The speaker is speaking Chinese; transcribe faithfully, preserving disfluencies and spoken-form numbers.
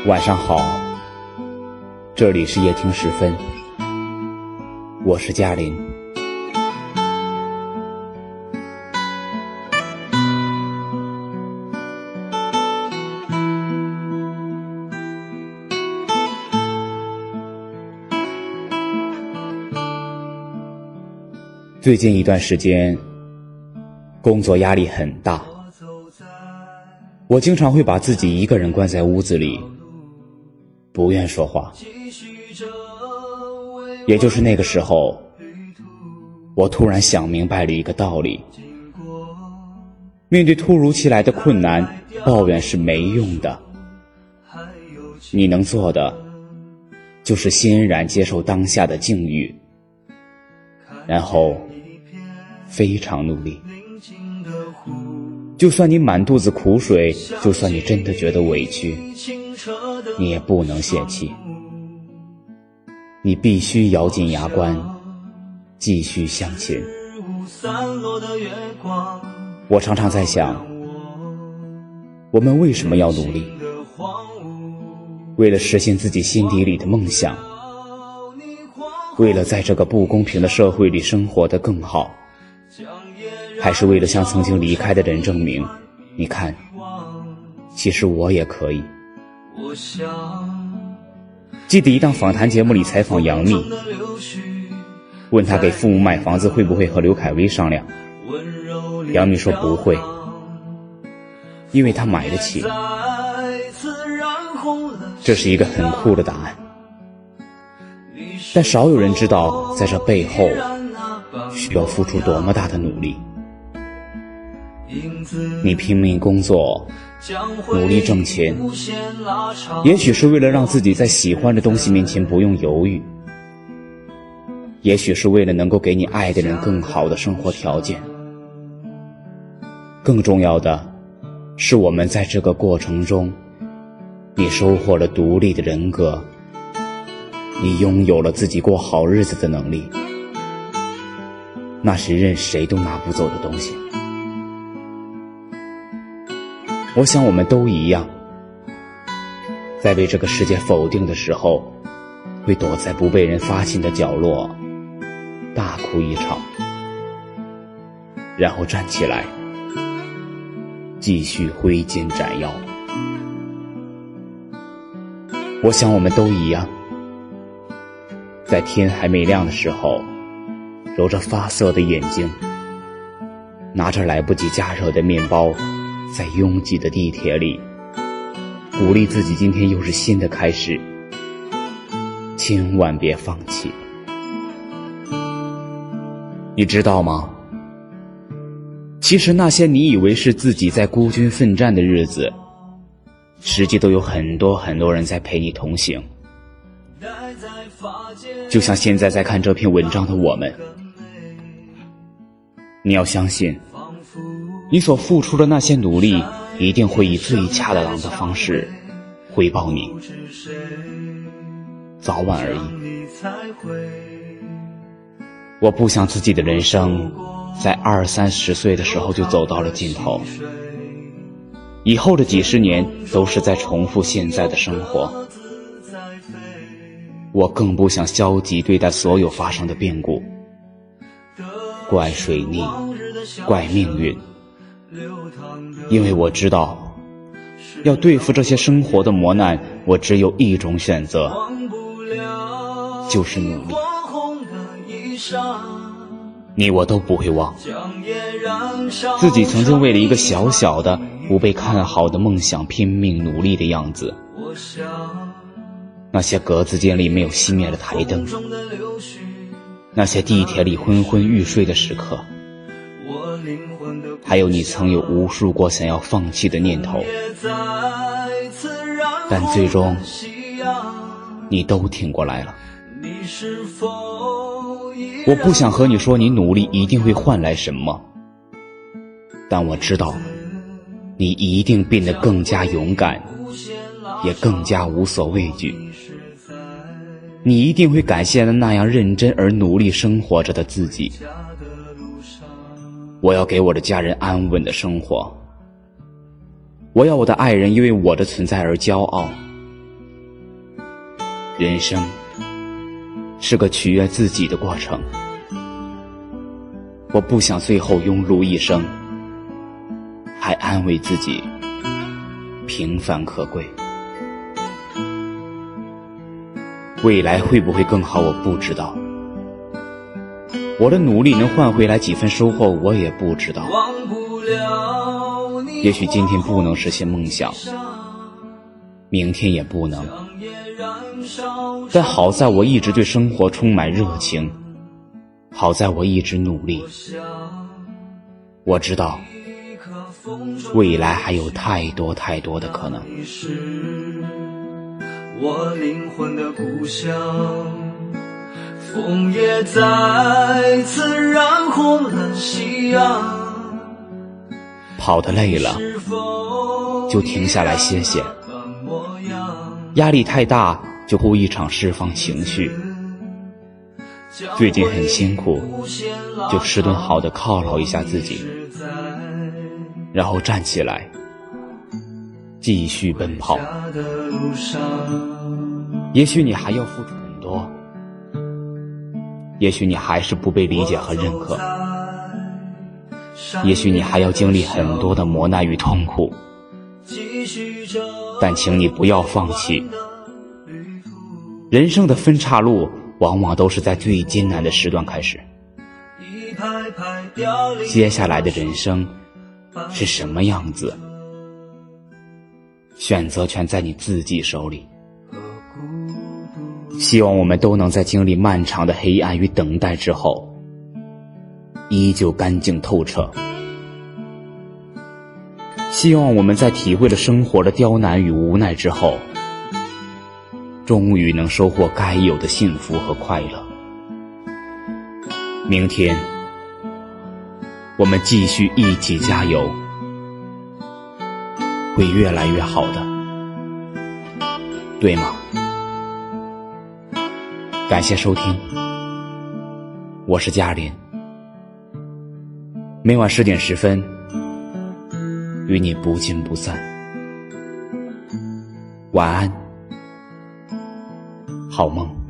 晚上好，这里是夜听时分，我是嘉林。最近一段时间，工作压力很大，我经常会把自己一个人关在屋子里，不愿说话。也就是那个时候，我突然想明白了一个道理：面对突如其来的困难，抱怨是没用的。你能做的，就是欣然接受当下的境遇，然后非常努力。就算你满肚子苦水，就算你真的觉得委屈，你也不能泄气，你必须咬紧牙关，继续向前。我常常在想，我们为什么要努力？为了实现自己心底里的梦想，为了在这个不公平的社会里生活得更好，还是为了向曾经离开的人证明，你看，其实我也可以。记得一档访谈节目里采访杨幂，问她给父母买房子会不会和刘恺威商量，杨幂说不会，因为她买得起。这是一个很酷的答案，但少有人知道在这背后需要付出多么大的努力。你拼命工作，努力挣钱，也许是为了让自己在喜欢的东西面前不用犹豫，也许是为了能够给你爱的人更好的生活条件。更重要的是，我们在这个过程中，你收获了独立的人格，你拥有了自己过好日子的能力，那是任谁都拿不走的东西。我想我们都一样，在被这个世界否定的时候，会躲在不被人发现的角落大哭一场，然后站起来继续挥剑斩妖。我想我们都一样，在天还没亮的时候，揉着发涩的眼睛，拿着来不及加热的面包，在拥挤的地铁里鼓励自己，今天又是新的开始，千万别放弃。你知道吗？其实那些你以为是自己在孤军奋战的日子，实际都有很多很多人在陪你同行。就像现在在看这篇文章的我们，你要相信，你所付出的那些努力一定会以最恰当的方式回报你，早晚而已。我不想自己的人生在二三十岁的时候就走到了尽头，以后的几十年都是在重复现在的生活。我更不想消极对待所有发生的变故，怪水逆，怪命运，因为我知道，要对付这些生活的磨难，我只有一种选择，就是努力。你我都不会忘，自己曾经为了一个小小的不被看好的梦想拼命努力的样子，那些格子间里没有熄灭的台灯，那些地铁里昏昏欲睡的时刻，还有你曾有无数过想要放弃的念头，但最终你都挺过来了。我不想和你说你努力一定会换来什么，但我知道你一定变得更加勇敢，也更加无所畏惧。你一定会感谢那样认真而努力生活着的自己。我要给我的家人安稳的生活，我要我的爱人因为我的存在而骄傲， 人生是个取悦自己的过程，我不想最后庸碌一生，还安慰自己平凡可贵。未来会不会更好，我不知道，我的努力能换回来几分收获，我也不知道。也许今天不能实现梦想，明天也不能，但好在我一直对生活充满热情，好在我一直努力。我知道未来还有太多太多的可能。 我灵魂的故乡，枫叶再次染红了夕阳。 跑得累了就停下来歇歇，压力太大就呼一场释放情绪。最近很辛苦，就吃顿好的犒劳一下自己，然后站起来继续奔跑。也许你还要付出很多，也许你还是不被理解和认可，也许你还要经历很多的磨难与痛苦，但请你不要放弃。人生的分岔路往往都是在最艰难的时段开始，接下来的人生是什么样子，选择权在你自己手里。希望我们都能在经历漫长的黑暗与等待之后，依旧干净透彻。希望我们在体会了生活的刁难与无奈之后，终于能收获该有的幸福和快乐。明天我们继续一起加油，会越来越好的，对吗？感谢收听，我是嘉林，每晚十点十分与你不见不散。晚安，好梦。